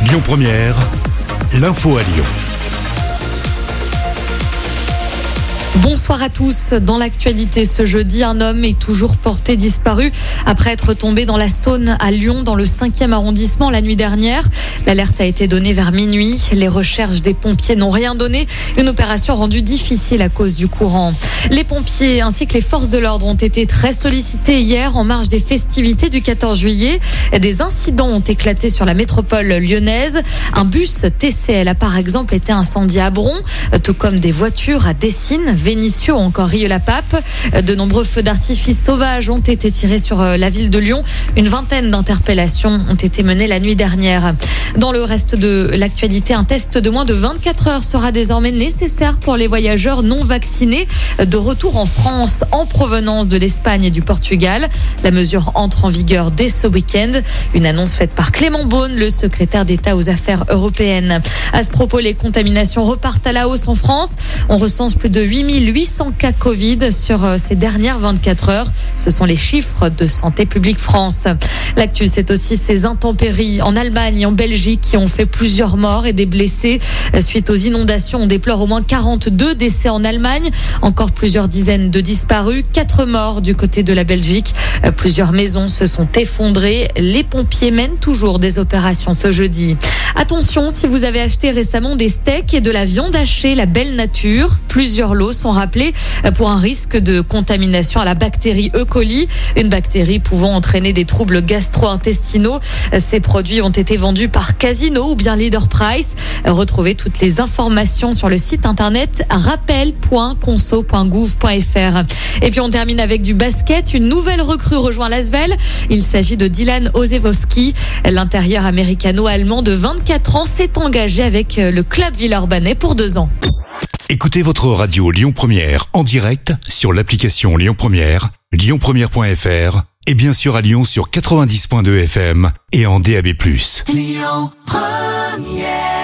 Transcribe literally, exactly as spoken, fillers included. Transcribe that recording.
Lyon Première, l'info à Lyon. Bonsoir à tous. Dans l'actualité ce jeudi, un homme est toujours porté disparu après être tombé dans la Saône à Lyon, dans le cinquième arrondissement la nuit dernière. L'alerte a été donnée vers minuit. Les recherches des pompiers n'ont rien donné. Une opération rendue difficile à cause du courant. Les pompiers ainsi que les forces de l'ordre ont été très sollicités hier en marge des festivités du quatorze juillet. Des incidents ont éclaté sur la métropole lyonnaise. Un bus T C L a par exemple été incendié à Bron, tout comme des voitures à Dessines, Vénissieux ou encore Rieux-la-Pape. De nombreux feux d'artifice sauvages ont été tirés sur la ville de Lyon. Une vingtaine d'interpellations ont été menées la nuit dernière. Dans le reste de l'actualité, un test de moins de vingt-quatre heures sera désormais nécessaire pour les voyageurs non vaccinés de retour en France en provenance de l'Espagne et du Portugal. La mesure entre en vigueur dès ce week-end. Une annonce faite par Clément Beaune, le secrétaire d'État aux affaires européennes. À ce propos, les contaminations repartent à la hausse en France. On recense plus de huit mille huit cents cas Covid sur ces dernières vingt-quatre heures. Ce sont les chiffres de Santé publique France. L'actu, c'est aussi ces intempéries en Allemagne et en Belgique qui ont fait plusieurs morts et des blessés. Suite aux inondations, on déplore au moins quarante-deux décès en Allemagne. Encore plusieurs dizaines de disparus. Quatre morts du côté de la Belgique. Plusieurs maisons se sont effondrées. Les pompiers mènent toujours des opérations ce jeudi. Attention, si vous avez acheté récemment des steaks et de la viande hachée, la belle nature, plusieurs lots sont rappelés pour un risque de contamination à la bactérie E. coli, une bactérie pouvant entraîner des troubles gastro-intestinaux. Ces produits ont été vendus par Casino ou bien Leader Price. Retrouvez toutes les informations sur le site internet rappel point conso point gouv point fr. Et puis on termine avec du basket. Une nouvelle recrue rejoint l'Asvel. Il s'agit de Dylan Ozewoski. L'intérieur américano-allemand de vingt-quatre ans s'est engagé avec le club villeurbanais pour deux ans. Écoutez votre radio Lyon Première en direct sur l'application Lyon Première, lyon première point f r et bien sûr à Lyon sur quatre-vingt-dix point deux F M et en D A B plus. Lyon Première.